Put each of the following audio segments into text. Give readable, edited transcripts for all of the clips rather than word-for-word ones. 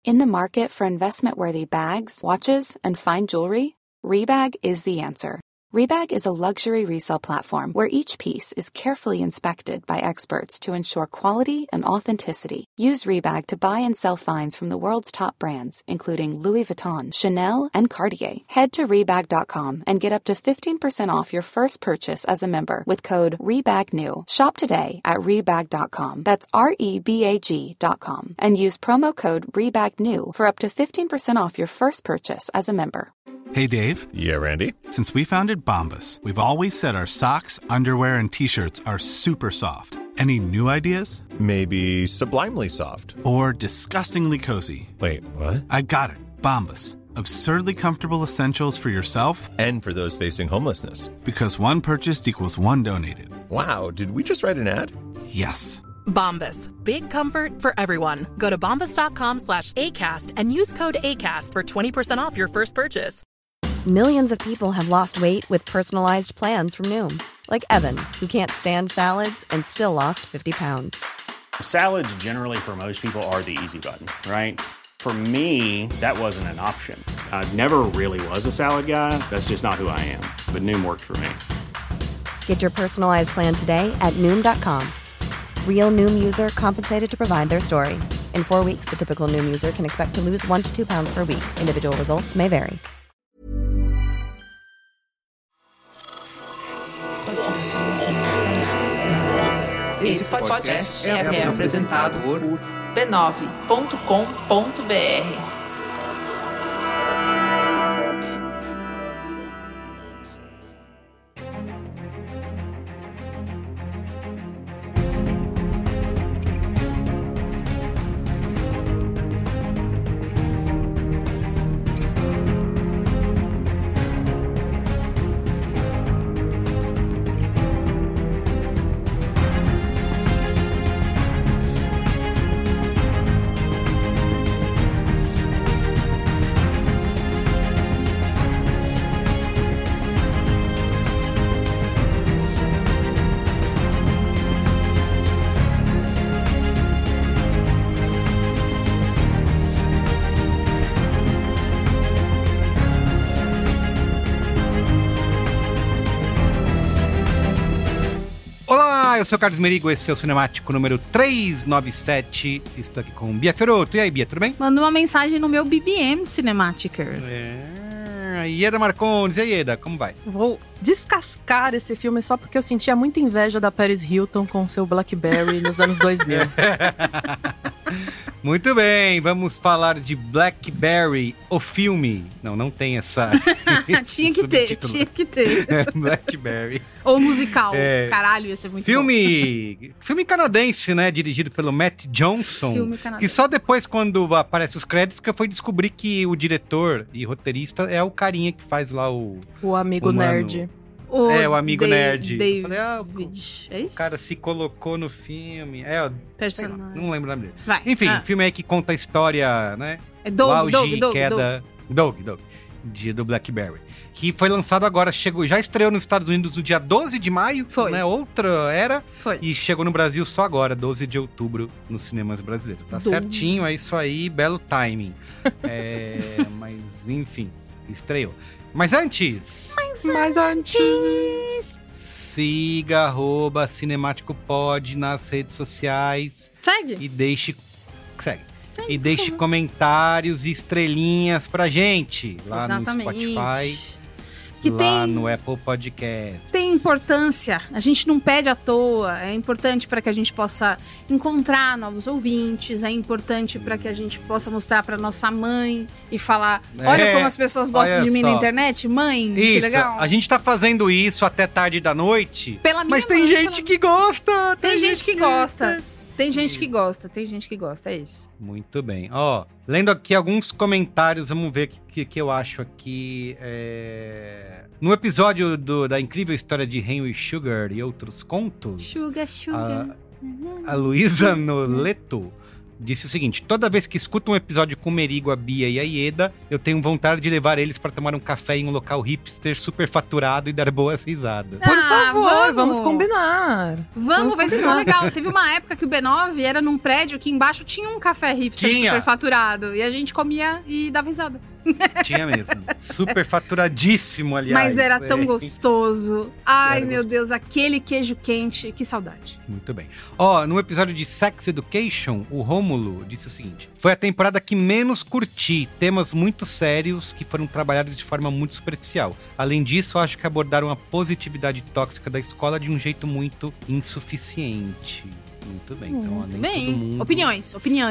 In the market for investment-worthy bags, watches, and fine jewelry, Rebag is the answer. Rebag is a luxury resale platform where each piece is carefully inspected by experts to ensure quality and authenticity. Use Rebag to buy and sell finds from the world's top brands, including Louis Vuitton, Chanel, and Cartier. Head to Rebag.com and get up to 15% off your first purchase as a member with code REBAGNEW. Shop today at Rebag.com. That's REBAG.com. And use promo code REBAGNEW for up to 15% off your first purchase as a member. Hey, Dave. Yeah, Randy. Since we founded Bombas, we've always said our socks, underwear, and T-shirts are super soft. Any new ideas? Maybe sublimely soft. Or disgustingly cozy. Wait, what? I got it. Bombas. Absurdly comfortable essentials for yourself and for those facing homelessness. Because one purchased equals one donated. Wow, did we just write an ad? Yes. Bombas. Big comfort for everyone. Go to bombas.com/ACAST and use code ACAST for 20% off your first purchase. Millions of people have lost weight with personalized plans from Noom. Like Evan, who can't stand salads and still lost 50 pounds. Salads generally for most people are the easy button, right? For me, that wasn't an option. I never really was a salad guy. That's just not who I am. But Noom worked for me. Get your personalized plan today at Noom.com. Real Noom user compensated to provide their story. In 4 weeks, the typical Noom user can expect to lose 1 to 2 pounds per week. Individual results may vary. Esse podcast é apresentado por b9.com.br. Olá, eu sou o Carlos Merigo, esse é o Cinemático número 397. Estou aqui com Bia Fiorotto. E aí, Bia, tudo bem? Manda uma mensagem no meu BBM Cinematica. Ieda Marcondes. E aí, Ieda, como vai? Vou descascar esse filme só porque eu sentia muita inveja da Paris Hilton com seu Blackberry nos anos 2000. Muito bem, vamos falar de Blackberry, o filme. Não tem essa... tinha que ter. Blackberry. Ou musical, caralho, ia ser muito bom. Filme canadense, né, dirigido pelo Matt Johnson. Filme canadense. Que só depois, quando aparecem os créditos, que eu fui descobrir que o diretor e roteirista é o carinha que faz lá o amigo nerd. O amigo nerd. David. Falei, É isso? O cara se colocou no filme. Personagem. Não lembro o nome dele. Vai. Enfim, filme aí que conta a história, né? É Doug, do Blackberry. Que foi lançado agora, já estreou nos Estados Unidos no dia 12 de maio. Foi. Né? Outra era. Foi. E chegou no Brasil só agora, 12 de outubro, nos cinemas brasileiros. Tá certinho, é isso aí, belo timing. Mas, enfim, estreou. Mas antes, siga @cinemáticopod nas redes sociais. Segue. E deixe comentários e estrelinhas pra gente lá Exatamente. No Spotify, que lá no Apple Podcast. Tem importância, a gente não pede à toa, é importante para que a gente possa encontrar novos ouvintes, é importante para que a gente possa mostrar para nossa mãe e falar, olha como as pessoas gostam de mim na internet, mãe, que legal. A gente tá fazendo isso até tarde da noite, mas tem gente que gosta. Tem gente que gosta. Tem gente que gosta, é isso. Muito bem. Lendo aqui alguns comentários, vamos ver o que eu acho aqui. No episódio da incrível história de Henry Sugar e outros contos, Sugar. a Luísa Noleto disse o seguinte: toda vez que escuto um episódio com o Merigo, a Bia e a Ieda, eu tenho vontade de levar eles pra tomar um café em um local hipster superfaturado e dar boas risadas. Por favor, vamos combinar. Vamos, vai ser muito legal. Teve uma época que o B9 era num prédio que embaixo tinha um café hipster superfaturado. E a gente comia e dava risada. Tinha mesmo. Superfaturadíssimo, aliás. Mas era tão gostoso. Ai, meu Deus, aquele queijo quente. Que saudade. Muito bem. Ó, no episódio de Sex Education, o Rômulo disse o seguinte: foi a temporada que menos curti. Temas muito sérios que foram trabalhados de forma muito superficial. Além disso, acho que abordaram a positividade tóxica da escola de um jeito muito insuficiente. Muito bem. Então, ó, nem todo mundo Opiniões.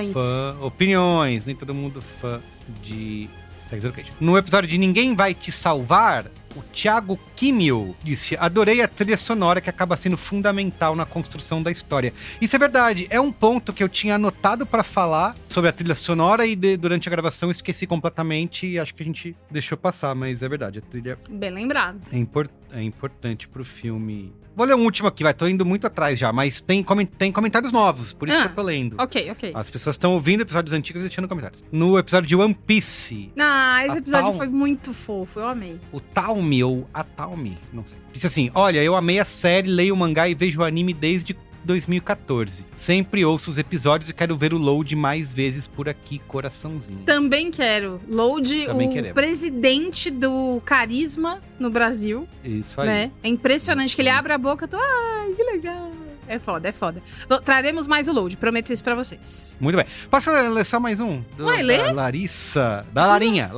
Opiniões. Nem todo mundo fã de Sex Education. No episódio de Ninguém Vai Te Salvar, o Thiago Kimil disse: adorei a trilha sonora que acaba sendo fundamental na construção da história. Isso é verdade, é um ponto que eu tinha anotado pra falar sobre a trilha sonora e durante a gravação esqueci completamente e acho que a gente deixou passar, mas é verdade, a trilha... Bem lembrado. É importante pro filme. Vou ler um último aqui, tô indo muito atrás já, mas tem comentários novos, por isso que eu tô lendo. Ok. As pessoas estão ouvindo episódios antigos e deixando comentários. No episódio de One Piece... esse episódio foi muito fofo, eu amei. O Talmi, ou a Talmi, não sei. Disse assim: olha, eu amei a série, leio o mangá e vejo o anime desde 2014. Sempre ouço os episódios e quero ver o Load mais vezes por aqui, coraçãozinho. Também quero. Load, presidente do carisma no Brasil. Isso aí. Né? É impressionante que ele abre a boca e ai, que legal. É foda. Bom, traremos mais o Load, prometo isso pra vocês. Muito bem. Posso ler só mais um? Vai ler? Da Larissa. Da Larinha.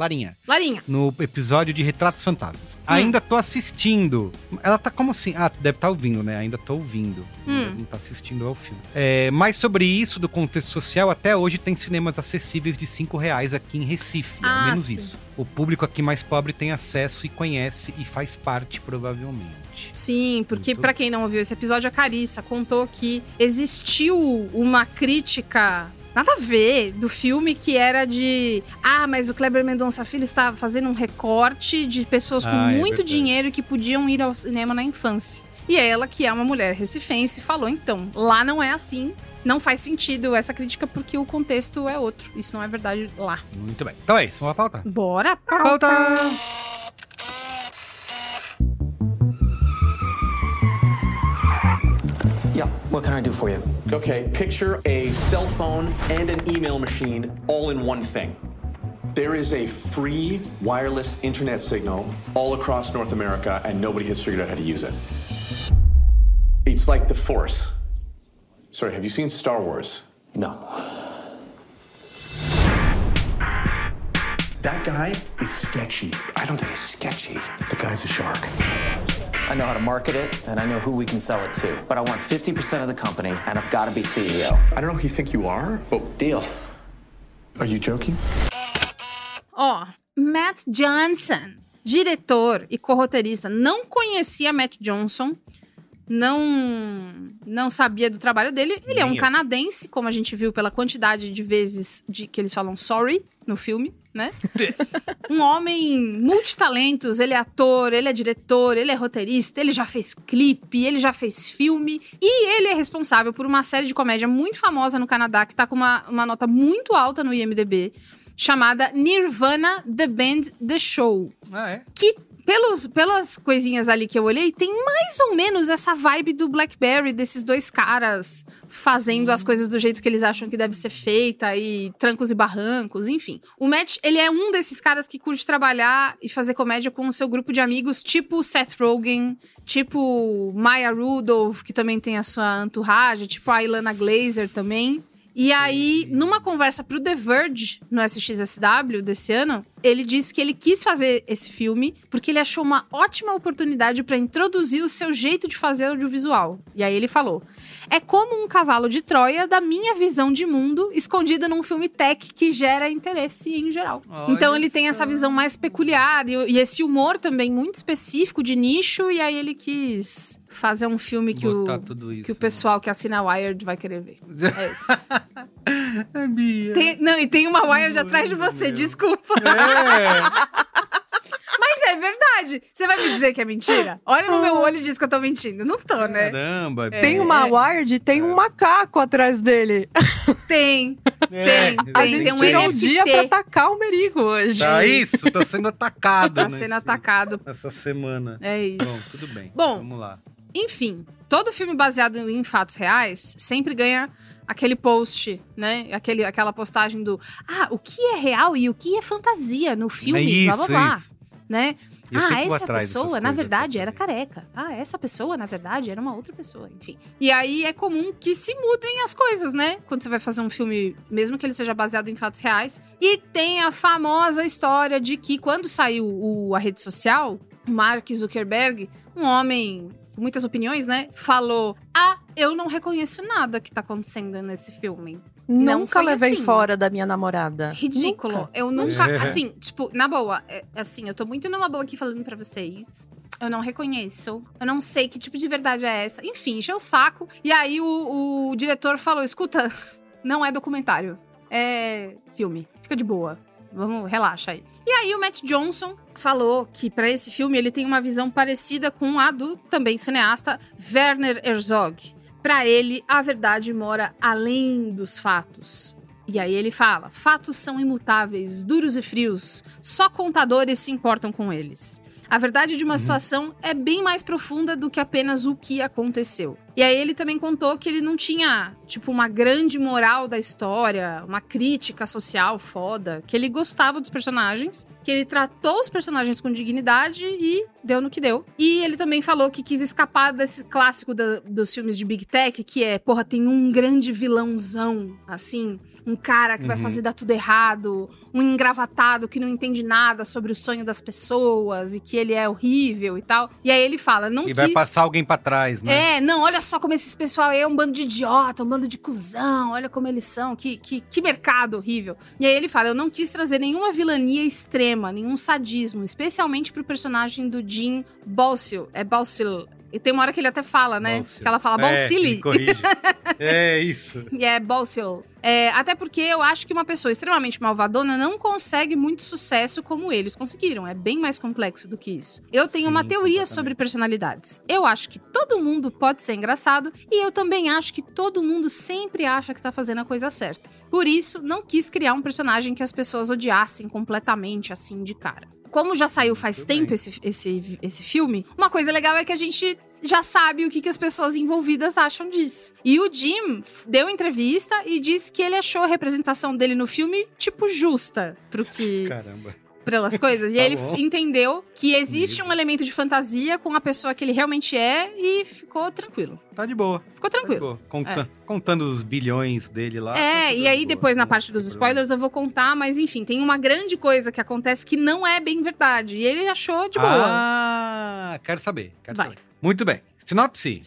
No episódio de Retratos Fantasmas. Ainda tô assistindo. Ela tá como assim? Deve estar ouvindo, né? Ainda tô ouvindo. Não tá assistindo ao filme. Mais sobre isso, do contexto social, até hoje tem cinemas acessíveis de R$5 aqui em Recife. Ao menos sim. isso. O público aqui mais pobre tem acesso e conhece e faz parte, provavelmente. Sim, porque pra quem não ouviu esse episódio, a Carissa contou que existiu uma crítica nada a ver do filme, que era de mas o Kleber Mendonça Filho estava fazendo um recorte de pessoas com muito dinheiro que podiam ir ao cinema na infância. E ela, que é uma mulher recifense, falou: então, lá não é assim. Não faz sentido essa crítica porque o contexto é outro. Isso não é verdade lá. Muito bem. Então é isso, vamos à pauta? Bora, pauta! Yeah, what can I do for you? Okay, picture a cell phone and an email machine all in one thing. There is a free wireless internet signal all across North America and nobody has figured out how to use it. It's like the Force. Sorry, have you seen Star Wars? No. That guy is sketchy. I don't think he's sketchy. The guy's a shark. I know how to market it, and I know who we can sell it to. But I want 50% of the company, and I've got to be CEO. I don't know who you think you are, but deal. Are you joking? Matt Johnson, diretor e co-roteirista, não conhecia Matt Johnson, não sabia do trabalho dele. Ele é um canadense, como a gente viu pela quantidade de vezes que eles falam sorry no filme, né? Um homem multitalentos, ele é ator, ele é diretor, ele é roteirista, ele já fez clipe, ele já fez filme e ele é responsável por uma série de comédia muito famosa no Canadá, que tá com uma nota muito alta no IMDb, chamada Nirvana, The Band, The Show. Que pelas coisinhas ali que eu olhei, tem mais ou menos essa vibe do Blackberry, desses dois caras fazendo as coisas do jeito que eles acham que deve ser feita, e trancos e barrancos, enfim. O Matt, ele é um desses caras que curte trabalhar e fazer comédia com o seu grupo de amigos, tipo Seth Rogen, tipo Maya Rudolph, que também tem a sua entourage, tipo a Ilana Glazer também. E aí, numa conversa pro The Verge, no SXSW desse ano, ele disse que ele quis fazer esse filme porque ele achou uma ótima oportunidade para introduzir o seu jeito de fazer audiovisual. E aí ele falou: é como um cavalo de Troia da minha visão de mundo escondida num filme tech que gera interesse em geral. Então ele tem essa visão mais peculiar e esse humor também muito específico de nicho, e aí ele quis fazer um filme que o pessoal que assina a Wired vai querer ver. É isso. Bia. E tem uma Wired atrás de você, desculpa. Mas é verdade, verdade. Você vai me dizer que é mentira? Olha no meu olho e diz que eu tô mentindo. Não tô, né? Caramba. Tem uma award, tem um macaco atrás dele. Tem. A gente tem um tirou o NFT. dia pra atacar o Merigo hoje. Tá isso, tá sendo atacado. Tá sendo atacado. Essa semana. É isso. Bom, tudo bem. Bom, vamos lá. Enfim, todo filme baseado em fatos reais sempre ganha aquele post, né? Aquela postagem do o que é real e o que é fantasia no filme, isso, blá, blá, blá. Isso. Né? Essa pessoa, na verdade, coisas, era careca. Essa pessoa, na verdade, era uma outra pessoa, enfim. E aí é comum que se mudem as coisas, né? Quando você vai fazer um filme, mesmo que ele seja baseado em fatos reais. E tem a famosa história de que quando saiu a rede social, o Mark Zuckerberg, um homem com muitas opiniões, né? Falou, eu não reconheço nada que tá acontecendo nesse filme. Nunca levei assim. fora da minha namorada. Ridículo. Nunca. Eu nunca, assim, tipo, na boa, assim, eu tô muito numa boa aqui falando pra vocês. Eu não reconheço. Eu não sei que tipo de verdade é essa. Enfim, encheu o saco. E aí o diretor falou, escuta, não é documentário. É filme. Fica de boa. Relaxa aí. E aí o Matt Johnson falou que pra esse filme ele tem uma visão parecida com a do também cineasta Werner Herzog. Pra ele, a verdade mora além dos fatos. E aí ele fala, fatos são imutáveis, duros e frios, só contadores se importam com eles. A verdade de uma situação é bem mais profunda do que apenas o que aconteceu. E aí ele também contou que ele não tinha, tipo, uma grande moral da história, uma crítica social foda, que ele gostava dos personagens, que ele tratou os personagens com dignidade e deu no que deu. E ele também falou que quis escapar desse clássico dos filmes de Big Tech, que é, tem um grande vilãozão, assim, um cara que vai fazer dar tudo errado, um engravatado que não entende nada sobre o sonho das pessoas e que ele é horrível e tal. E aí ele fala, não quis... E vai passar alguém pra trás, né? Não, olha só como esses pessoal aí é um bando de idiota, um bando de cuzão, olha como eles são, que mercado horrível. E aí ele fala, eu não quis trazer nenhuma vilania extrema, nenhum sadismo, especialmente pro personagem do Jim Balsil. É Balsil... E tem uma hora que ele até fala, né? Balsil. Que ela fala Balsili. Ele corrige. É isso. E é Balsil. Até porque eu acho que uma pessoa extremamente malvadona não consegue muito sucesso como eles conseguiram. É bem mais complexo do que isso. Eu tenho uma teoria sobre personalidades. Eu acho que todo mundo pode ser engraçado e eu também acho que todo mundo sempre acha que tá fazendo a coisa certa. Por isso, não quis criar um personagem que as pessoas odiassem completamente assim de cara. Como já saiu faz tempo esse filme, uma coisa legal é que a gente já sabe o que as pessoas envolvidas acham disso. E o Jim deu entrevista e disse que ele achou a representação dele no filme, tipo, justa pro que... Caramba. Pelas coisas. E aí ele entendeu que existe um elemento de fantasia com a pessoa que ele realmente é e ficou tranquilo. Tá de boa. Ficou tranquilo. Tá de boa. Contando os bilhões dele lá. E aí depois na parte dos spoilers eu vou contar, mas enfim, tem uma grande coisa que acontece que não é bem verdade. E ele achou de boa. Quero saber. Saber. Muito bem. Sinopse.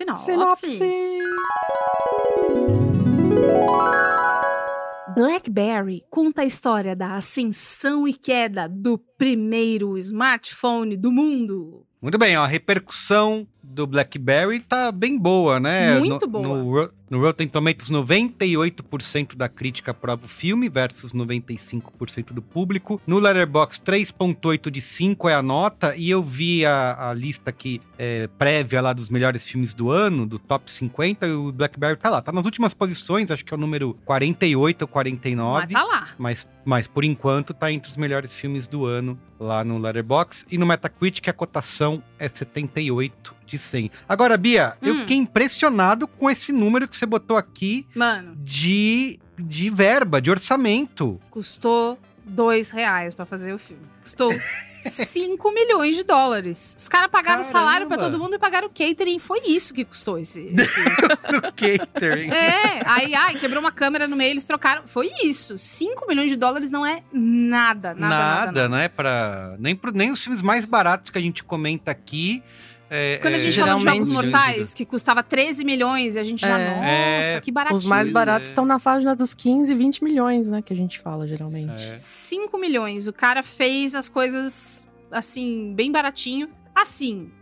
BlackBerry conta a história da ascensão e queda do primeiro smartphone do mundo. Muito bem, a repercussão do BlackBerry tá bem boa, né? Muito boa. No Rotten Tomatoes, 98% da crítica aprova o filme versus 95% do público. No Letterboxd, 3.8 de 5 é a nota. E eu vi a lista aqui prévia lá dos melhores filmes do ano, do Top 50, e o BlackBerry tá lá. Tá nas últimas posições, acho que é o número 48 ou 49. Mas tá lá. Mas por enquanto tá entre os melhores filmes do ano lá no Letterboxd. E no Metacritic a cotação é 78 de 100. Agora, Bia, eu fiquei impressionado com esse número que você botou aqui. Mano. De verba, de orçamento. Custou R$2 pra fazer o filme. Custou 5 milhões de dólares. Os caras pagaram o salário pra todo mundo e pagaram o catering. Foi isso que custou esse... catering. Aí quebrou uma câmera no meio, eles trocaram. Foi isso. 5 milhões de dólares não é nada. Nada, não é pra... Nem os filmes mais baratos que a gente comenta aqui... Quando a gente fala dos Jogos Mortais, que custava 13 milhões, e a gente já, nossa, que baratinho. Os mais baratos estão na faixa dos 15, 20 milhões, né, que a gente fala, geralmente. 5 milhões, o cara fez as coisas, assim, bem baratinho. Assim,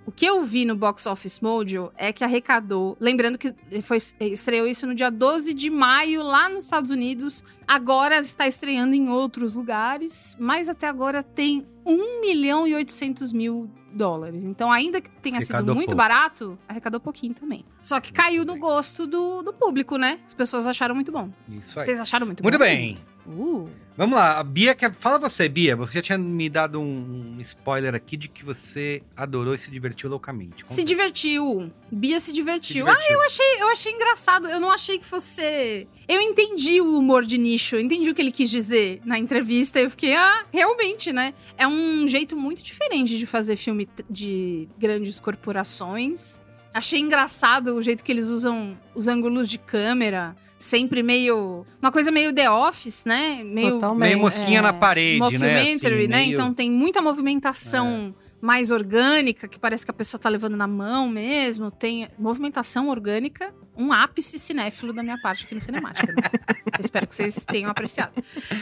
O que eu vi no Box Office Mojo é que arrecadou... Lembrando que estreou isso no dia 12 de maio, lá nos Estados Unidos. Agora está estreando em outros lugares, mas até agora tem $1.800.000. Então, ainda que tenha sido muito barato, arrecadou pouquinho também. Só que caiu no gosto do público, né? As pessoas acharam muito bom. Isso aí. Vocês acharam muito bom? Muito bem. Vamos lá, a Bia fala você, Bia. Você já tinha me dado um spoiler aqui de que você adorou e se divertiu loucamente. Se divertiu. Bia se divertiu. Eu achei engraçado. Eu não achei que fosse... Eu entendi o humor de nicho, eu entendi o que ele quis dizer na entrevista. Eu fiquei, realmente, né? É um jeito muito diferente de fazer filme de grandes corporações. Achei engraçado o jeito que eles usam os ângulos de câmera. Sempre meio... Uma coisa meio The Office, né? Meio mosquinha na parede, né? Mockumentary, né? Meio... Então tem muita movimentação mais orgânica, que parece que a pessoa tá levando na mão mesmo. Tem movimentação orgânica, um ápice cinéfilo da minha parte aqui no Cinemática. Né? Eu espero que vocês tenham apreciado.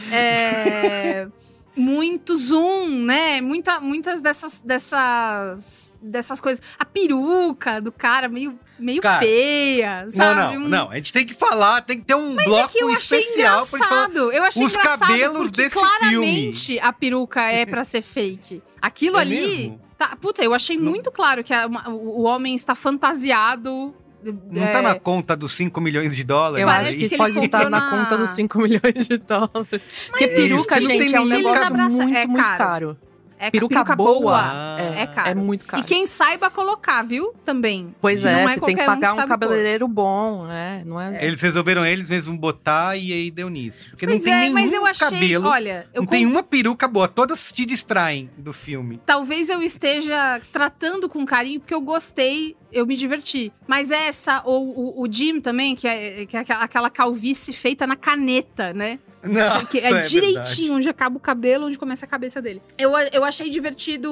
Muito zoom, né? Muitas dessas coisas. A peruca do cara meio feia, sabe? Não. A gente tem que falar, tem que ter um bloco especial pra gente falar eu achei os cabelos desse claramente filme. A peruca é pra ser fake. Aquilo ali... Mesmo? Eu achei muito claro que o homem está fantasiado... Não tá na conta dos $5 milhões? Eu acho que pode estar na conta dos $5 milhões. Porque peruca, gente, é um negócio muito caro. Peruca boa é caro. É muito caro. E quem saiba colocar, viu? Também. Pois você tem que pagar um cabeleireiro bom, né? Não é... Eles resolveram eles mesmos botar e aí deu nisso. Porque não tem nenhum mas eu achei, cabelo, não tem uma peruca boa. Todas te distraem do filme. Talvez eu esteja tratando com carinho, porque eu gostei, eu me diverti. Mas essa, ou o Jim também, que é aquela calvície feita na caneta, né? Nossa, que é direitinho, onde acaba o cabelo, onde começa a cabeça dele. Eu achei divertido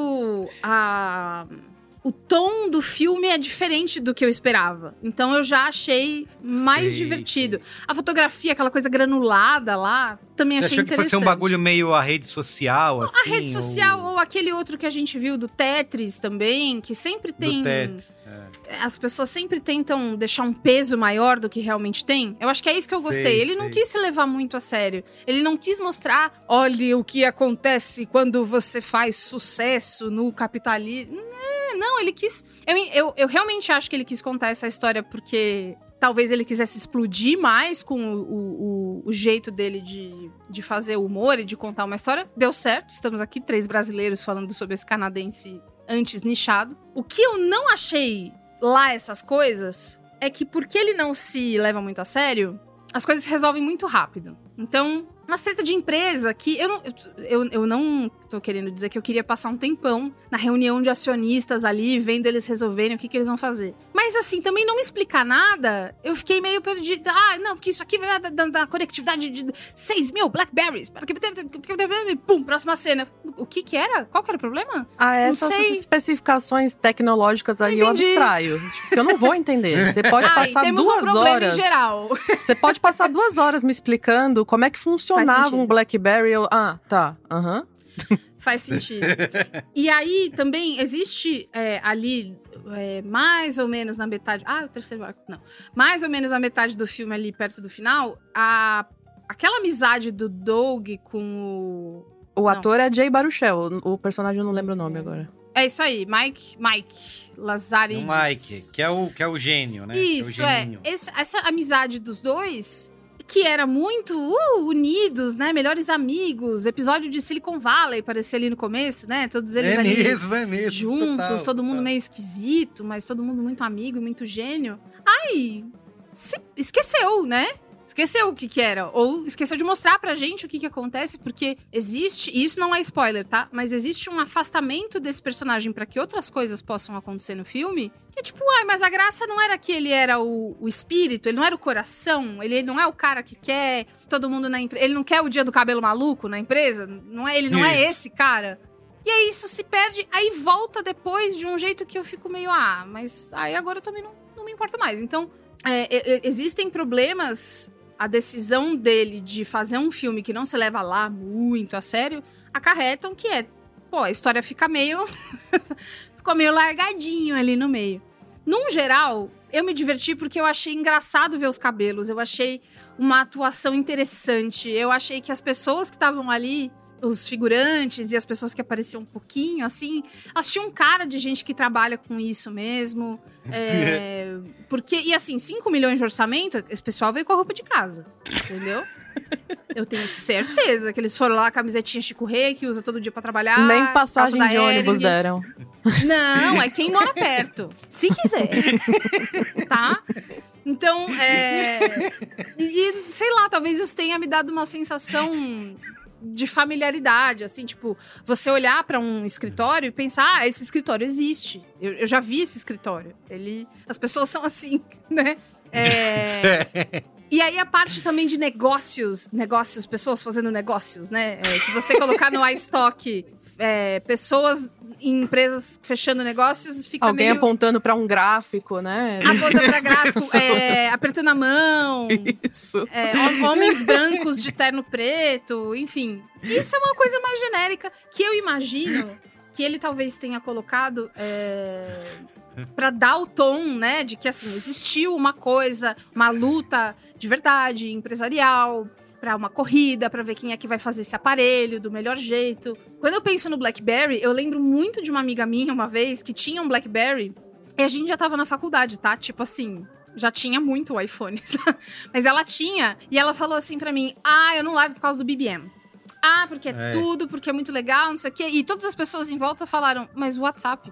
o tom do filme é diferente do que eu esperava. Então eu já achei mais divertido. A fotografia, aquela coisa granulada lá, também achei interessante. Você achou que fosse um bagulho meio a rede social, assim? A rede social, ou aquele outro que a gente viu do Tetris também, que sempre tem... Do Tetris, As pessoas sempre tentam deixar um peso maior do que realmente tem. Eu acho que é isso que eu gostei. Ele não quis se levar muito a sério. Ele não quis mostrar, olha o que acontece quando você faz sucesso no capitalismo. Não, ele quis... Eu realmente acho que ele quis contar essa história porque talvez ele quisesse explodir mais com o jeito dele de fazer humor e de contar uma história. Deu certo, estamos aqui, 3 brasileiros falando sobre esse canadense antes nichado. O que eu não achei lá essas coisas é que porque ele não se leva muito a sério, as coisas se resolvem muito rápido. Então... Uma treta de empresa que eu não tô querendo dizer que eu queria passar um tempão na reunião de acionistas ali, vendo eles resolverem o que eles vão fazer. Mas assim, também não me explicar nada, eu fiquei meio perdida. Não, porque isso aqui vai da conectividade de 6.000 Blackberries. Pum, próxima cena. O que era? Qual que era o problema? Essas especificações tecnológicas aí eu abstraio. Eu não vou entender. Você pode passar 2 horas. Em geral. Você pode passar 2 horas me explicando como é que funcionava um BlackBerry. Tá. Faz sentido. E aí, também, existe ali, mais ou menos na metade... o terceiro arco, não. Mais ou menos na metade do filme ali, perto do final, aquela amizade do Doug com o ator é Jay Baruchel. O personagem eu não lembro o nome agora. É isso aí, Mike Lazaridis. O Mike, que é o gênio, né? Isso, essa amizade dos dois... que era muito unidos, né? Melhores amigos. Episódio de Silicon Valley, parecia ali no começo, né? Todos eles ali mesmo, juntos, todo mundo meio esquisito, mas todo mundo muito amigo, muito gênio. Esqueceu, né? Esqueceu o que era. Ou esqueceu de mostrar pra gente o que acontece, porque existe, e isso não é spoiler, tá? Mas existe um afastamento desse personagem pra que outras coisas possam acontecer no filme, que é tipo, mas a graça não era que ele era o espírito, ele não era o coração, ele não é o cara que quer todo mundo na empresa, ele não quer o dia do cabelo maluco na empresa, ele não é esse cara. E aí isso se perde, aí volta depois de um jeito que eu fico meio, mas aí agora eu também não me importo mais. Então, existem problemas... A decisão dele de fazer um filme que não se leva lá muito a sério, acarretam que a história fica meio... ficou meio largadinho ali no meio. Num geral, eu me diverti porque eu achei engraçado ver os cabelos. Eu achei uma atuação interessante. Eu achei que as pessoas que estavam ali, os figurantes e as pessoas que apareciam um pouquinho, assim, elas tinham cara de gente que trabalha com isso mesmo. Porque, e assim, 5 milhões de orçamento, o pessoal veio com a roupa de casa, entendeu? Eu tenho certeza que eles foram lá, camisetinha Chico Rei, que usa todo dia pra trabalhar. Nem passagem de ônibus deram. Não, é quem mora perto. Se quiser. Tá? Então, e sei lá, talvez isso tenha me dado uma sensação de familiaridade, assim, tipo, você olhar pra um escritório e pensar, esse escritório existe. Eu já vi esse escritório. As pessoas são assim, né? E aí a parte também de negócios, pessoas fazendo negócios, né? Se você colocar no iStock pessoas em empresas fechando negócios, fica alguém meio... apontando pra um gráfico, né? Apontando pra gráfico, apertando a mão. Isso. Homens brancos de terno preto, enfim. Isso é uma coisa mais genérica que eu imagino que ele talvez tenha colocado pra dar o tom, né, de que, assim, existiu uma coisa, uma luta de verdade, empresarial, pra uma corrida, pra ver quem é que vai fazer esse aparelho do melhor jeito. Quando eu penso no BlackBerry, eu lembro muito de uma amiga minha, uma vez, que tinha um BlackBerry, e a gente já tava na faculdade, tá? Tipo assim, já tinha muito o iPhone, mas ela tinha, e ela falou assim pra mim, eu não largo por causa do BBM. Porque é tudo, porque é muito legal, não sei o quê. E todas as pessoas em volta falaram, mas o WhatsApp.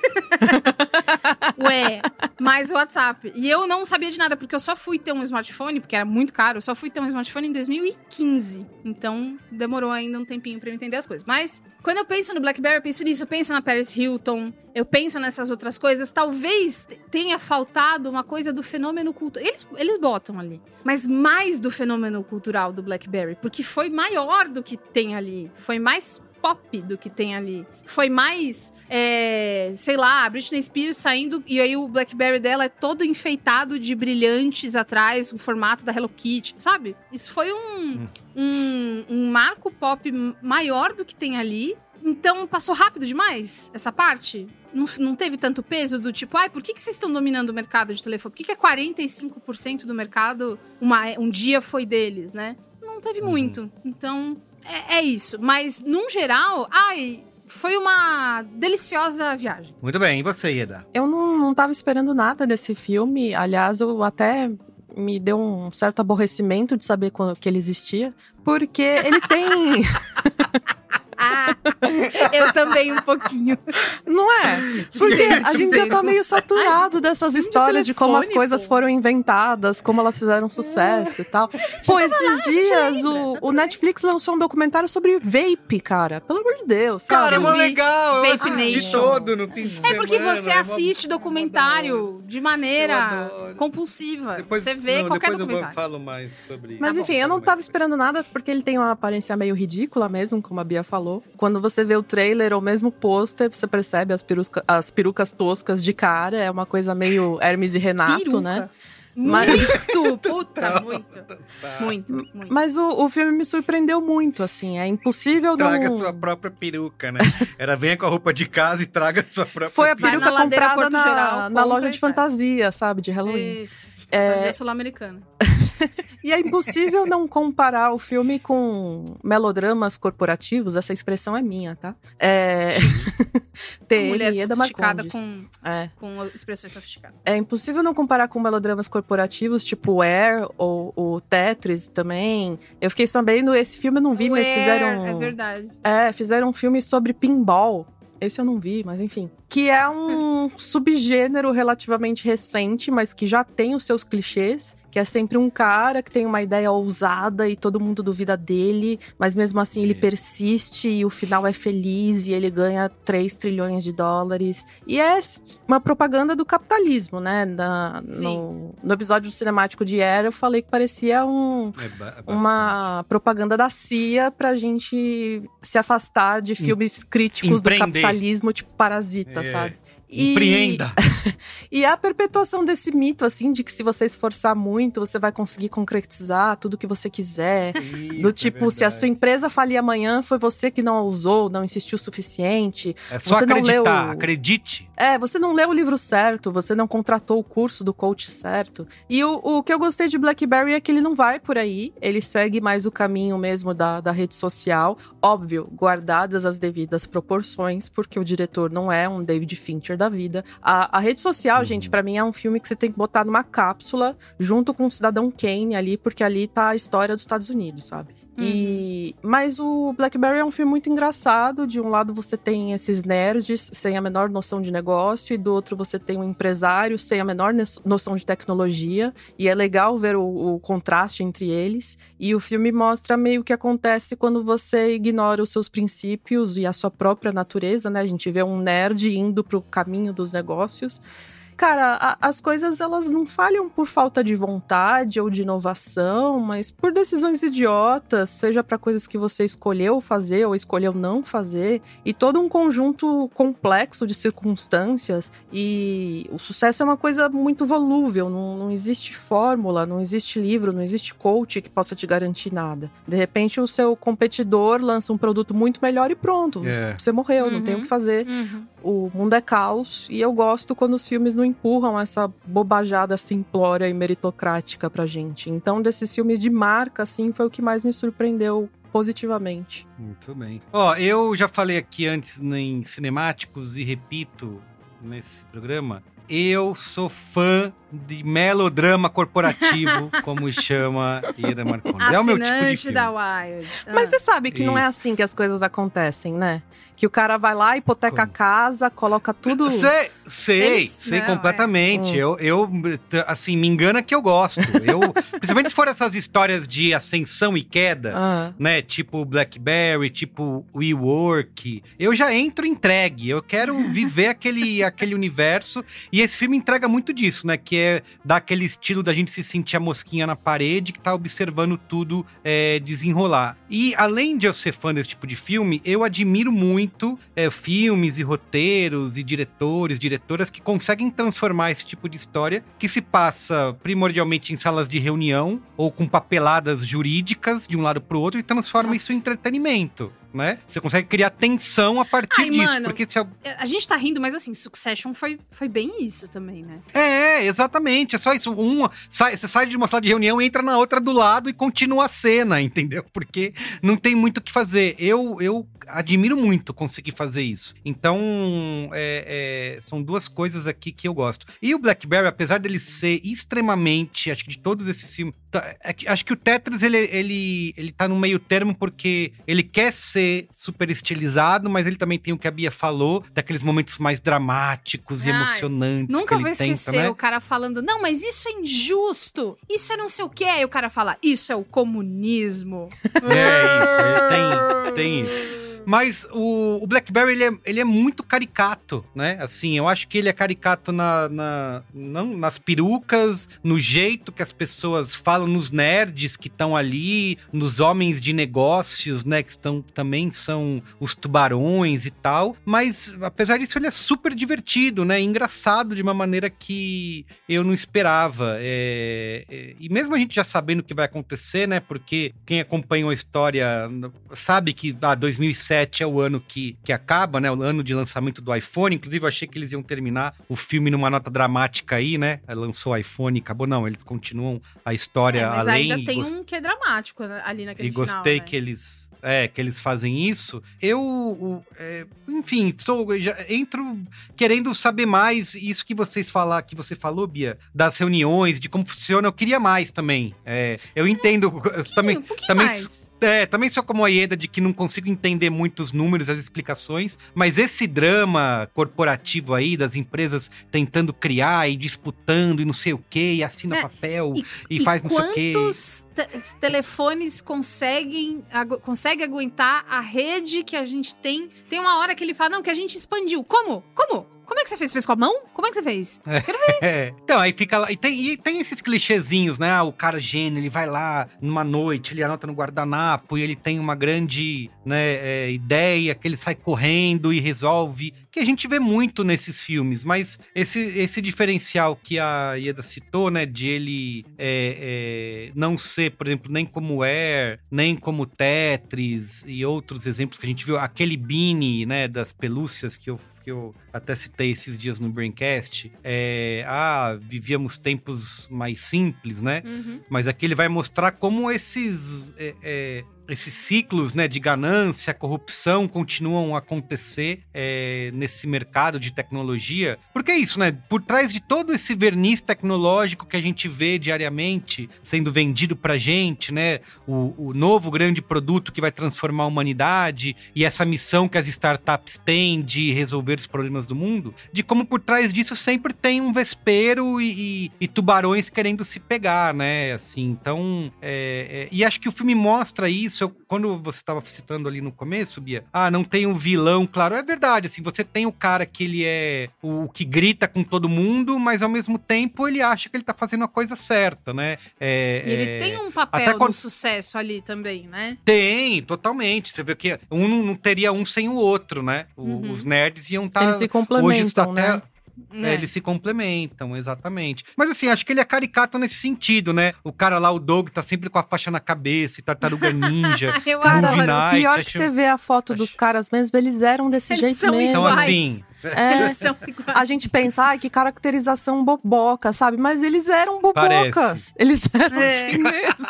Mais o WhatsApp. E eu não sabia de nada, porque eu só fui ter um smartphone, porque era muito caro, eu só fui ter um smartphone em 2015. Então, demorou ainda um tempinho pra eu entender as coisas. Mas, quando eu penso no BlackBerry, eu penso nisso, eu penso na Paris Hilton, eu penso nessas outras coisas. Talvez tenha faltado uma coisa do fenômeno cultural. Eles botam ali. Mas mais do fenômeno cultural do BlackBerry, porque foi maior do que tem ali. Foi mais pop do que tem ali. Foi mais, sei lá, a Britney Spears saindo e aí o BlackBerry dela é todo enfeitado de brilhantes atrás, o formato da Hello Kitty, sabe? Isso foi um marco pop maior do que tem ali. Então, passou rápido demais essa parte? Não teve tanto peso do tipo, por que vocês estão dominando o mercado de telefone? Por que 45% do mercado um dia foi deles, né? Não teve muito. Então, é isso. Mas, num geral, foi uma deliciosa viagem. Muito bem, e você, Ieda? Eu não tava esperando nada desse filme. Aliás, eu até me deu um certo aborrecimento de saber que ele existia. Porque ele tem... Eu também um pouquinho. Não é? Porque a gente já tá meio saturado dessas histórias de como as coisas foram inventadas, como elas fizeram sucesso e tal. Pô, esses dias o Netflix lançou um documentário sobre vape, cara. Pelo amor de Deus. Cara, é mó legal. Eu Vape assisti Nation. todo no fim de semana. Porque você assiste documentário de maneira compulsiva. Você vê qualquer documentário. Eu falo mais sobre isso. Mas enfim, eu não tava esperando nada, porque ele tem uma aparência meio ridícula mesmo, como a Bia falou. Quando você vê o trailer ou mesmo o pôster, você percebe as perucas toscas de cara. É uma coisa meio Hermes e Renato, né? Muito. Mas o filme me surpreendeu muito, assim. É impossível Traga sua própria peruca, né? Venha com a roupa de casa e traga sua própria Foi a peruca comprada na loja Geral, de fantasia, sabe? De Halloween. Isso. Fantasia sul-americana. E é impossível não comparar o filme com melodramas corporativos. Essa expressão é minha, tá? Mulher sofisticada com expressões sofisticadas. É impossível não comparar com melodramas corporativos, tipo o Air ou o Tetris também. Eu fiquei sabendo, esse filme eu não vi, mas fizeram... É verdade. Fizeram um filme sobre pinball. Esse eu não vi, mas enfim. Que é um subgênero relativamente recente, mas que já tem os seus clichês. Que é sempre um cara que tem uma ideia ousada e todo mundo duvida dele. Mas mesmo assim ele persiste e o final é feliz e ele ganha 3 trilhões de dólares. E é uma propaganda do capitalismo, né? No episódio cinemático de Air, eu falei que parecia uma propaganda da CIA pra gente se afastar de filmes críticos do capitalismo, tipo Parasita, sabe? Empreenda! E a perpetuação desse mito, assim, de que se você esforçar muito, você vai conseguir concretizar tudo que você quiser. Isso, do tipo, se a sua empresa falir amanhã, foi você que não a usou, não insistiu o suficiente. É só você acreditar, não leu... acredite. Você não leu o livro certo, você não contratou o curso do coach certo. E o que eu gostei de Blackberry é que ele não vai por aí, ele segue mais o caminho mesmo da rede social. Óbvio, guardadas as devidas proporções, porque o diretor não é um David Fincher da vida. A rede social, gente, pra mim é um filme que você tem que botar numa cápsula, junto com o Cidadão Kane ali, porque ali tá a história dos Estados Unidos, sabe? Mas o Blackberry é um filme muito engraçado. De um lado você tem esses nerds sem a menor noção de negócio, e do outro você tem um empresário sem a menor noção de tecnologia, e é legal ver o contraste entre eles. E o filme mostra meio o que acontece quando você ignora os seus princípios e a sua própria natureza, né? A gente vê um nerd indo pro caminho dos negócios. Cara, as coisas, elas não falham por falta de vontade ou de inovação, mas por decisões idiotas, seja para coisas que você escolheu fazer ou escolheu não fazer, e todo um conjunto complexo de circunstâncias. E o sucesso é uma coisa muito volúvel, não existe fórmula, não existe livro, não existe coach que possa te garantir nada. De repente, o seu competidor lança um produto muito melhor e pronto, você morreu, não tem o que fazer. O mundo é caos, e eu gosto quando os filmes não empurram essa bobajada simplória e meritocrática pra gente. Então, desses filmes de marca, assim, foi o que mais me surpreendeu positivamente. Muito bem. Eu já falei aqui antes em Cinemáticos e repito nesse programa, eu sou fã de melodrama corporativo, como chama Ieda Marcondes. É o meu tipo de filme. Da Wild. Mas você sabe que não é assim que as coisas acontecem, né? Que o cara vai lá, hipoteca a casa, coloca tudo... Sei completamente. Eu, assim, me engana que eu gosto. Principalmente se for essas histórias de ascensão e queda, né? Tipo Blackberry, tipo WeWork. Eu já entro entregue. Eu quero viver aquele universo. E esse filme entrega muito disso, né? Que é dar aquele estilo da gente se sentir a mosquinha na parede, que tá observando tudo desenrolar. E além de eu ser fã desse tipo de filme, eu admiro muito filmes e roteiros e diretoras que conseguem transformar esse tipo de história, que se passa primordialmente em salas de reunião ou com papeladas jurídicas de um lado pro outro, e transforma isso em entretenimento, né? Você consegue criar tensão a partir disso. Mano, porque a gente tá rindo, mas assim, Succession foi bem isso também, né? Exatamente. É só isso. Você sai de uma sala de reunião, entra na outra do lado e continua a cena, entendeu? Porque não tem muito o que fazer. Eu admiro muito conseguir fazer isso. Então, são duas coisas aqui que eu gosto. E o Blackberry, apesar dele ser extremamente, acho que de todos esses filmes, acho que o Tetris, ele tá no meio termo, porque ele quer ser super estilizado, mas ele também tem o que a Bia falou, daqueles momentos mais dramáticos e emocionantes. Nunca que vou ele esquecer tenta, né? O cara falando, não, mas isso é injusto, isso é não sei o que, aí o cara fala, isso é o comunismo. Tem isso. Mas o Blackberry, ele é muito caricato, né? Assim, eu acho que ele é caricato nas perucas, no jeito que as pessoas falam, nos nerds que estão ali, nos homens de negócios, né? Que também são os tubarões e tal. Mas, apesar disso, ele é super divertido, né? Engraçado de uma maneira que eu não esperava. E mesmo a gente já sabendo o que vai acontecer, né? Porque quem acompanhou a história sabe que 2007 é o ano que acaba, né? O ano de lançamento do iPhone. Inclusive, eu achei que eles iam terminar o filme numa nota dramática aí, né? Lançou o iPhone e acabou. Não, eles continuam a história mas além. Ainda tem um que é dramático ali naquele final, gostei, né? que eles fazem isso. Enfim, entro querendo saber mais isso que você falou, Bia, das reuniões, de como funciona. Eu queria mais também. Eu entendo. Um pouquinho mais. Também sou como a Ieda, de que não consigo entender muitos números, as explicações, mas esse drama corporativo aí, das empresas tentando criar e disputando e não sei o quê, e assina papel e faz não sei o quê. Quantos telefones consegue aguentar a rede que a gente tem? Tem uma hora que ele fala, não, que a gente expandiu. Como Como é que você fez? Fez com a mão? Como é que você fez? Quero ver. Então, aí fica lá. E tem esses clichêzinhos, né? O cara gênio, ele vai lá numa noite, ele anota no guardanapo e ele tem uma grande, né, ideia que ele sai correndo e resolve. Que a gente vê muito nesses filmes, mas esse diferencial que a Ieda citou, né, de ele não ser, por exemplo, nem como Air, nem como Tetris e outros exemplos que a gente viu, aquele Beanie, né, das pelúcias que eu até citei esses dias no Braincast, vivíamos tempos mais simples, né? Uhum. Mas aqui ele vai mostrar como esses ciclos, né, de ganância, corrupção continuam a acontecer nesse mercado de tecnologia. Porque é isso, né? Por trás de todo esse verniz tecnológico que a gente vê diariamente sendo vendido pra gente, né? O novo grande produto que vai transformar a humanidade e essa missão que as startups têm de resolver os problemas do mundo, de como por trás disso sempre tem um vespeiro e tubarões querendo se pegar, né? Assim, então... e acho que o filme mostra isso. Quando você estava citando ali no começo, Bia, não tem um vilão, claro, é verdade, assim, você tem o cara que ele é o que grita com todo mundo, mas ao mesmo tempo ele acha que ele tá fazendo a coisa certa, né? E ele tem um papel no sucesso ali também, né? Tem, totalmente. Você vê que não teria um sem o outro, né? Os nerds iam estar... Eles se complementam, né? Eles se complementam, exatamente. Mas assim, acho que ele é caricato nesse sentido, né? O cara lá, o Doug, tá sempre com a faixa na cabeça e tartaruga ninja. Cara, pior que você vê a foto dos caras mesmo, eles eram desse jeito mesmo. Então assim... Eles são iguais. A gente pensa, que caracterização boboca, sabe? Mas eles eram bobocas. Parece. Eles eram assim mesmo.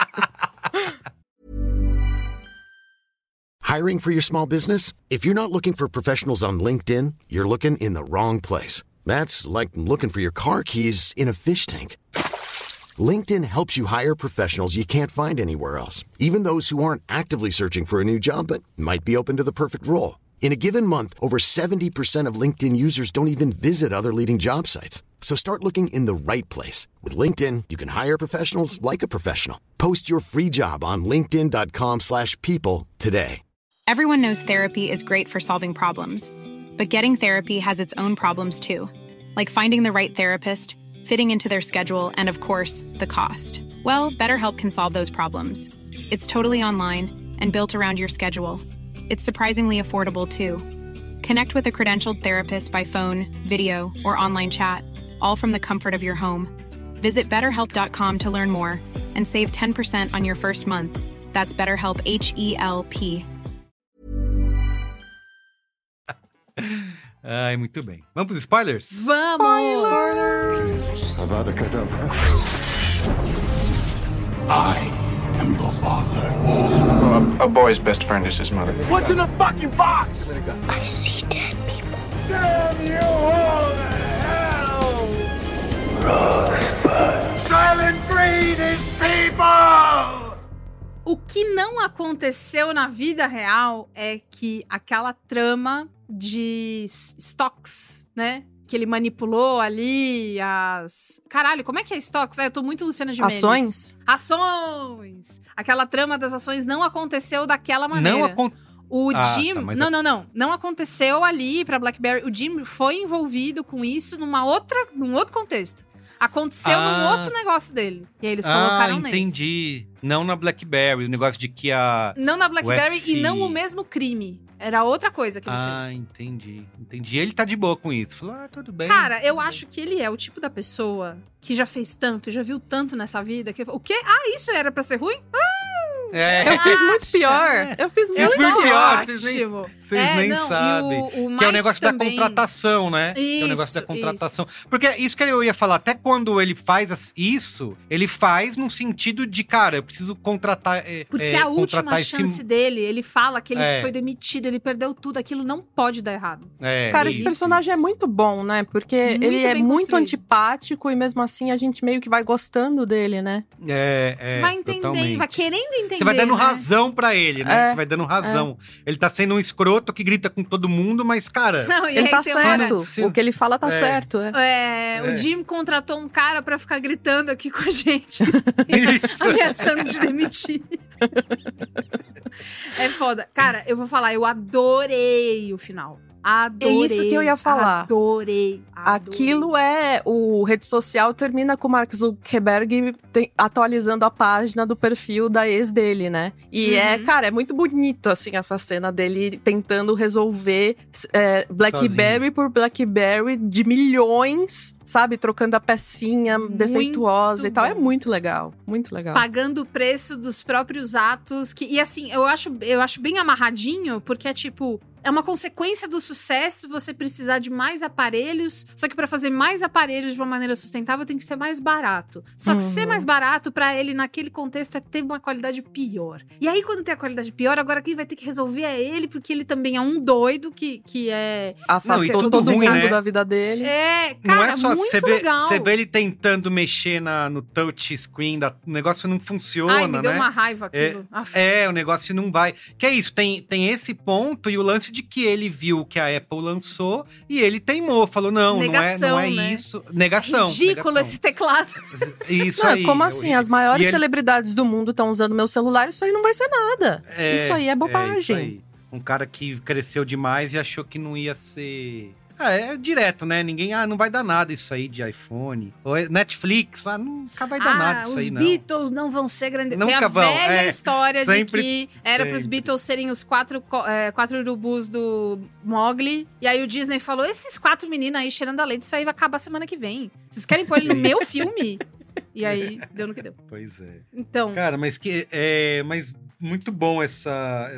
Hiring for your small business? If you're not looking for professionals on LinkedIn, you're looking in the wrong place. That's like looking for your car keys in a fish tank. LinkedIn helps you hire professionals you can't find anywhere else, even those who aren't actively searching for a new job but might be open to the perfect role. In a given month, over 70% of LinkedIn users don't even visit other leading job sites. So start looking in the right place. With LinkedIn, you can hire professionals like a professional. Post your free job on linkedin.com/people today. Everyone knows therapy is great for solving problems. But getting therapy has its own problems too. Like finding the right therapist, fitting into their schedule, and of course, the cost. Well, BetterHelp can solve those problems. It's totally online and built around your schedule. It's surprisingly affordable too. Connect with a credentialed therapist by phone, video, or online chat, all from the comfort of your home. Visit BetterHelp.com to learn more and save 10% on your first month. That's BetterHelp, H-E-L-P. Ai, muito bem. Vamos pros spoilers? Vamos! Avada Kedavra. I am your father. A boy's best friend is his mother. What's in the fucking box? I see dead people. Damn you all to hell! Rosebud. Silent Breed is people! O que não aconteceu na vida real é que aquela trama de stocks, né? Que ele manipulou ali as... Caralho, como é que é stocks? Eu tô muito Luciana Gimenez. Ações! Aquela trama das ações não aconteceu daquela maneira. Não aconteceu. O Jim... Tá, não aconteceu ali pra BlackBerry. O Jim foi envolvido com isso num outro contexto. Aconteceu num outro negócio dele. E aí eles colocaram nesse. Entendi. Não na BlackBerry, o negócio de que a... Não na BlackBerry e não o mesmo crime. Era outra coisa que ele fez. Entendi. Ele tá de boa com isso. Falou, tudo bem. Cara, eu acho que ele é o tipo da pessoa que já fez tanto, já viu tanto nessa vida, que o quê? Isso era pra ser ruim? Eu fiz muito pior. Eu fiz muito pior. Vocês nem sabem. Que é o negócio também. Da contratação, né? Isso, que é o negócio da contratação. Porque isso que eu ia falar, até quando ele faz isso, ele faz num sentido de, cara, eu preciso contratar... Porque a última chance dele, ele fala que ele foi demitido, ele perdeu tudo, aquilo não pode dar errado. Cara, esse personagem é muito bom, né? Porque ele é muito antipático e mesmo assim a gente meio que vai gostando dele, né? Vai entendendo, vai querendo entender. Você vai dando razão pra ele, né? Você vai dando razão. Ele tá sendo um escroto que grita com todo mundo, mas, cara... Não, ele tá certo. O que ele fala tá certo. O Jim contratou um cara pra ficar gritando aqui com a gente. Ameaçando de demitir. É foda. Cara, eu vou falar, eu adorei o final. Adorei. É isso que eu ia falar. Adorei. Aquilo o rede social termina com o Mark Zuckerberg atualizando a página do perfil da ex dele, né? E cara, é muito bonito, assim, essa cena dele tentando resolver BlackBerry por BlackBerry de milhões, sabe? Trocando a pecinha defeituosa e tal. É muito legal, muito legal. Pagando o preço dos próprios atos. E assim, eu acho bem amarradinho, porque é tipo... É uma consequência do sucesso você precisar de mais aparelhos, só que para fazer mais aparelhos de uma maneira sustentável tem que ser mais barato. Só que ser mais barato para ele naquele contexto é ter uma qualidade pior. E aí quando tem a qualidade pior, agora quem vai ter que resolver é ele, porque ele também é um doido que é... Afastou todo mundo da vida dele. Cara, não é só muito legal. Você vê ele tentando mexer no touchscreen, o negócio não funciona, Ai, me deu né? uma raiva aquilo. O negócio não vai. Que é isso, tem esse ponto e o lance de que ele viu que a Apple lançou e ele teimou, falou, não é né? isso. Negação. Ridículo esse teclado. Isso não, aí. como assim? As maiores celebridades do mundo estão usando meu celular, isso aí não vai ser nada. Isso aí é bobagem. Isso aí. Um cara que cresceu demais e achou que não ia ser... É direto, né? Ninguém, não vai dar nada isso aí de iPhone. Ou Netflix, nunca vai dar nada isso aí, não. Os Beatles não vão ser grandes. Tem Nunca a vão. velha história sempre, de que era pros Beatles serem os quatro urubus do Mowgli. E aí o Disney falou, esses 4 meninos aí cheirando a leite, isso aí vai acabar semana que vem. Vocês querem pôr ele no meu filme? E aí, deu no que deu. Pois é. Então... Cara, mas muito bom essa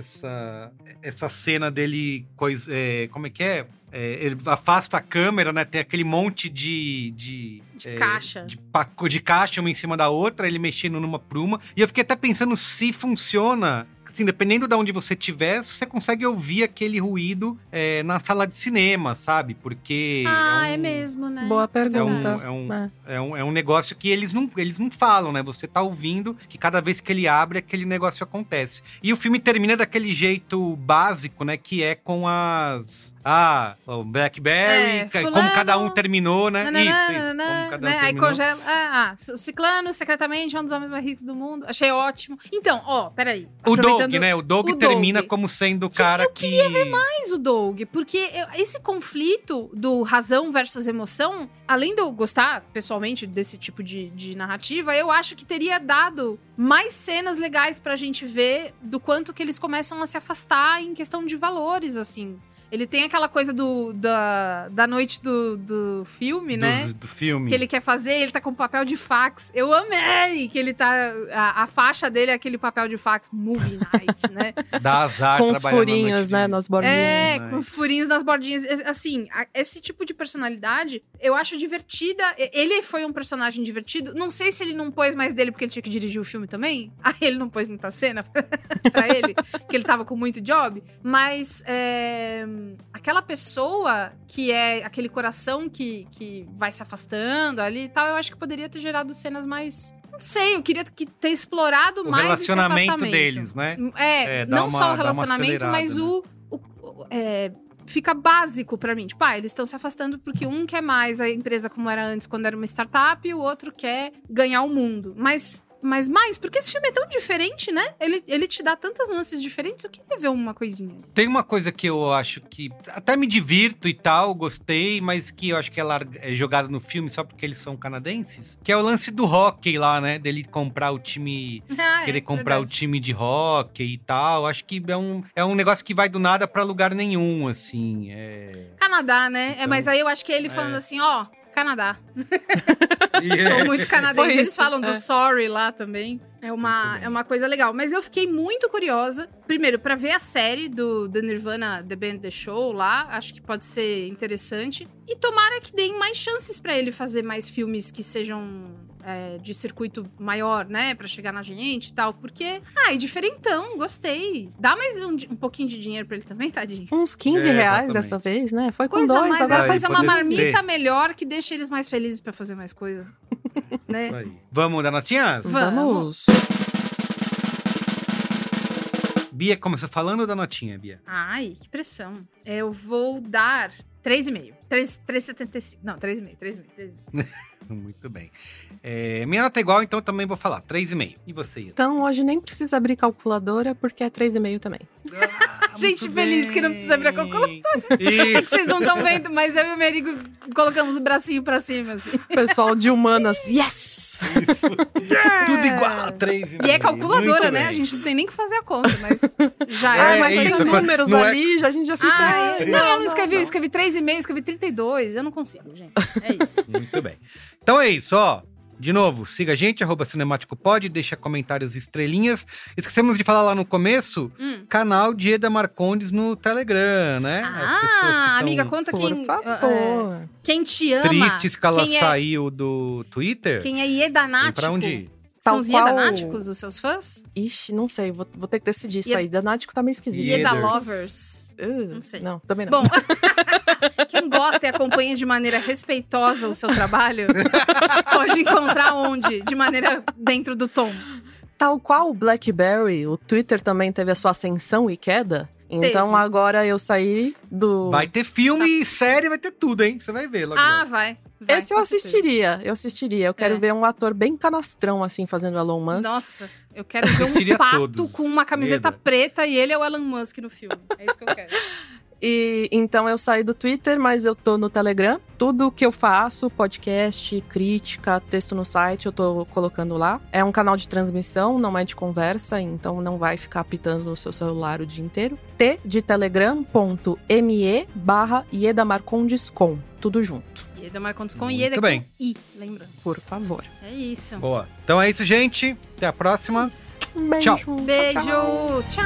cena dele, como é que é? Ele afasta a câmera, né? Tem aquele monte de caixa. De caixa uma em cima da outra, ele mexendo numa por uma. E eu fiquei até pensando se funciona... Assim, dependendo de onde você estiver, você consegue ouvir aquele ruído na sala de cinema, sabe? Porque... é mesmo, né? Boa pergunta. É um negócio que eles não falam, né? Você tá ouvindo que cada vez que ele abre, aquele negócio acontece. E o filme termina daquele jeito básico, né? Que é com as... o BlackBerry, como cada um terminou, né? Isso. Como cada um terminou. Aí congela... Ciclano, secretamente, é um dos homens mais ricos do mundo. Achei ótimo. Então, peraí. O Doug, né? O Doug termina como sendo o cara que... Eu queria ver mais o Doug, porque esse conflito do razão versus emoção, além de eu gostar, pessoalmente, desse tipo de narrativa, eu acho que teria dado mais cenas legais pra gente ver do quanto que eles começam a se afastar em questão de valores, assim. Ele tem aquela coisa da noite do filme, né? Do filme. Que ele quer fazer, ele tá com papel de fax. Eu amei que ele tá... A faixa dele é aquele papel de fax, movie night, né? Dá azar com os furinhos, né? Nas bordinhas. Com os furinhos nas bordinhas. Assim, esse tipo de personalidade, eu acho divertida. Ele foi um personagem divertido. Não sei se ele não pôs mais dele porque ele tinha que dirigir o filme também. Aí ele não pôs muita cena pra ele, porque ele tava com muito job. Mas... aquela pessoa que é aquele coração que vai se afastando ali e tal, eu acho que poderia ter gerado cenas mais... Não sei, eu queria ter explorado mais esse afastamento. O relacionamento deles, né? Não só o relacionamento, mas fica básico pra mim. Tipo, eles estão se afastando porque um quer mais a empresa como era antes, quando era uma startup, e o outro quer ganhar o mundo. Mas mais, porque esse filme é tão diferente, né? Ele te dá tantas nuances diferentes, eu queria ver uma coisinha. Tem uma coisa que eu acho que até me divirto e tal, gostei, mas que eu acho que é jogado no filme só porque eles são canadenses, que é o lance do hockey lá, né? Dele comprar o time, querer comprar o time de hockey e tal. Acho que é um negócio que vai do nada pra lugar nenhum, assim. Canadá, né? Então, mas aí eu acho que é ele falando assim, Canadá. Sou muito canadense. Eles falam do sorry lá também. É uma coisa legal. Mas eu fiquei muito curiosa. Primeiro, pra ver a série do Nirvana, The Band, The Show lá. Acho que pode ser interessante. E tomara que deem mais chances pra ele fazer mais filmes que sejam... de circuito maior, né? Pra chegar na gente e tal. Porque, e diferentão, gostei. Dá mais um pouquinho de dinheiro pra ele também, tadinho. Uns 15 reais dessa vez, né? Foi com 2, agora faz uma marmita melhor que deixa eles mais felizes pra fazer mais coisa. Né? Isso aí. Vamos dar notinhas? Vamos! Bia começou falando da notinha, Bia. Ai, que pressão. Eu vou dar 3,5. 3,75. Não, 3,5. Muito bem. Minha nota é igual, então eu também vou falar. 3,5. E você? Então hoje nem precisa abrir calculadora, porque é 3,5 também. Gente feliz que não precisa abrir a calculadora. Isso. É que vocês não estão vendo, mas eu e o Merigo colocamos o bracinho pra cima, assim. Pessoal de humanas, yes! Yeah! Tudo igual, 3,5. E é calculadora, né? A gente não tem nem que fazer a conta, mas já mas tem números ali, a gente já fica... Não, eu não escrevi, eu escrevi 3,5, escrevi 32, eu não consigo, gente. É isso. Muito bem. Então é isso, ó. De novo, siga a gente, @cinemáticopod, deixa comentários e estrelinhas. Esquecemos de falar lá no começo, canal de Eda Marcondes no Telegram, né? As pessoas que amiga, conta por favor. Quem te ama. Tristes que ela saiu do Twitter. Quem é iedanático. Pra onde ir? São os iedanáticos, os seus fãs? Ixi, não sei, vou ter que decidir isso aí. Iedanático tá meio esquisito. Ieda lovers. Não sei. Não, também não. Bom, quem gosta e acompanha de maneira respeitosa o seu trabalho, pode encontrar onde? De maneira dentro do tom. Tal qual o BlackBerry, o Twitter também teve a sua ascensão e queda. Então agora eu saí do... Vai ter filme e série, vai ter tudo, hein? Você vai ver logo. Vai. Esse eu assistiria. Eu quero ver um ator bem canastrão, assim, fazendo Elon Musk. Nossa, eu quero ver um pato com uma camiseta preta e ele é o Elon Musk no filme. É isso que eu quero. E então eu saí do Twitter, mas eu tô no Telegram. Tudo que eu faço, podcast, crítica, texto no site, eu tô colocando lá. É um canal de transmissão, não é de conversa, então não vai ficar apitando no seu celular o dia inteiro. T de telegram.me/iedamarcondescom. Tudo junto. Ieda Marcondes com Ieda com I, lembra? Por favor. É isso. Boa. Então é isso, gente. Até a próxima. Um beijo. Tchau. Beijo. Tchau.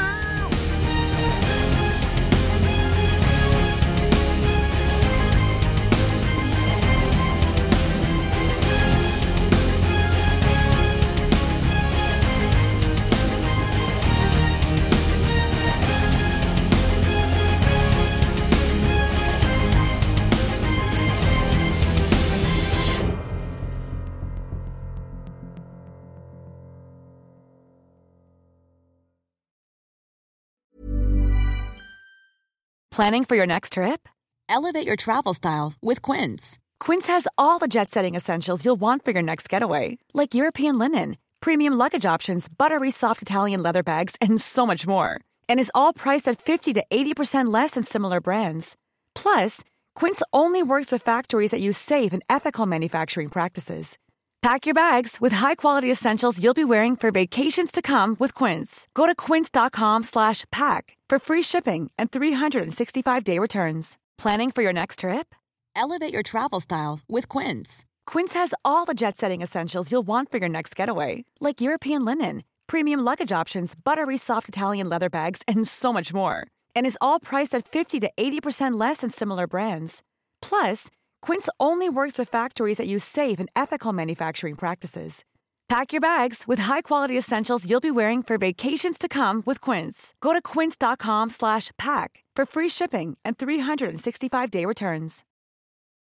Planning for your next trip? Elevate your travel style with Quince. Quince has all the jet-setting essentials you'll want for your next getaway, like European linen, premium luggage options, buttery soft Italian leather bags, and so much more. And is all priced at 50 to 80% less than similar brands. Plus, Quince only works with factories that use safe and ethical manufacturing practices. Pack your bags with high-quality essentials you'll be wearing for vacations to come with Quince. Go to quince.com/pack for free shipping and 365-day returns. Planning for your next trip? Elevate your travel style with Quince. Quince has all the jet-setting essentials you'll want for your next getaway, like European linen, premium luggage options, buttery soft Italian leather bags, and so much more. And is all priced at 50 to 80% less than similar brands. Plus, Quince only works with factories that use safe and ethical manufacturing practices. Pack your bags with high-quality essentials you'll be wearing for vacations to come with Quince. Go to quince.com/pack for free shipping and 365-day returns.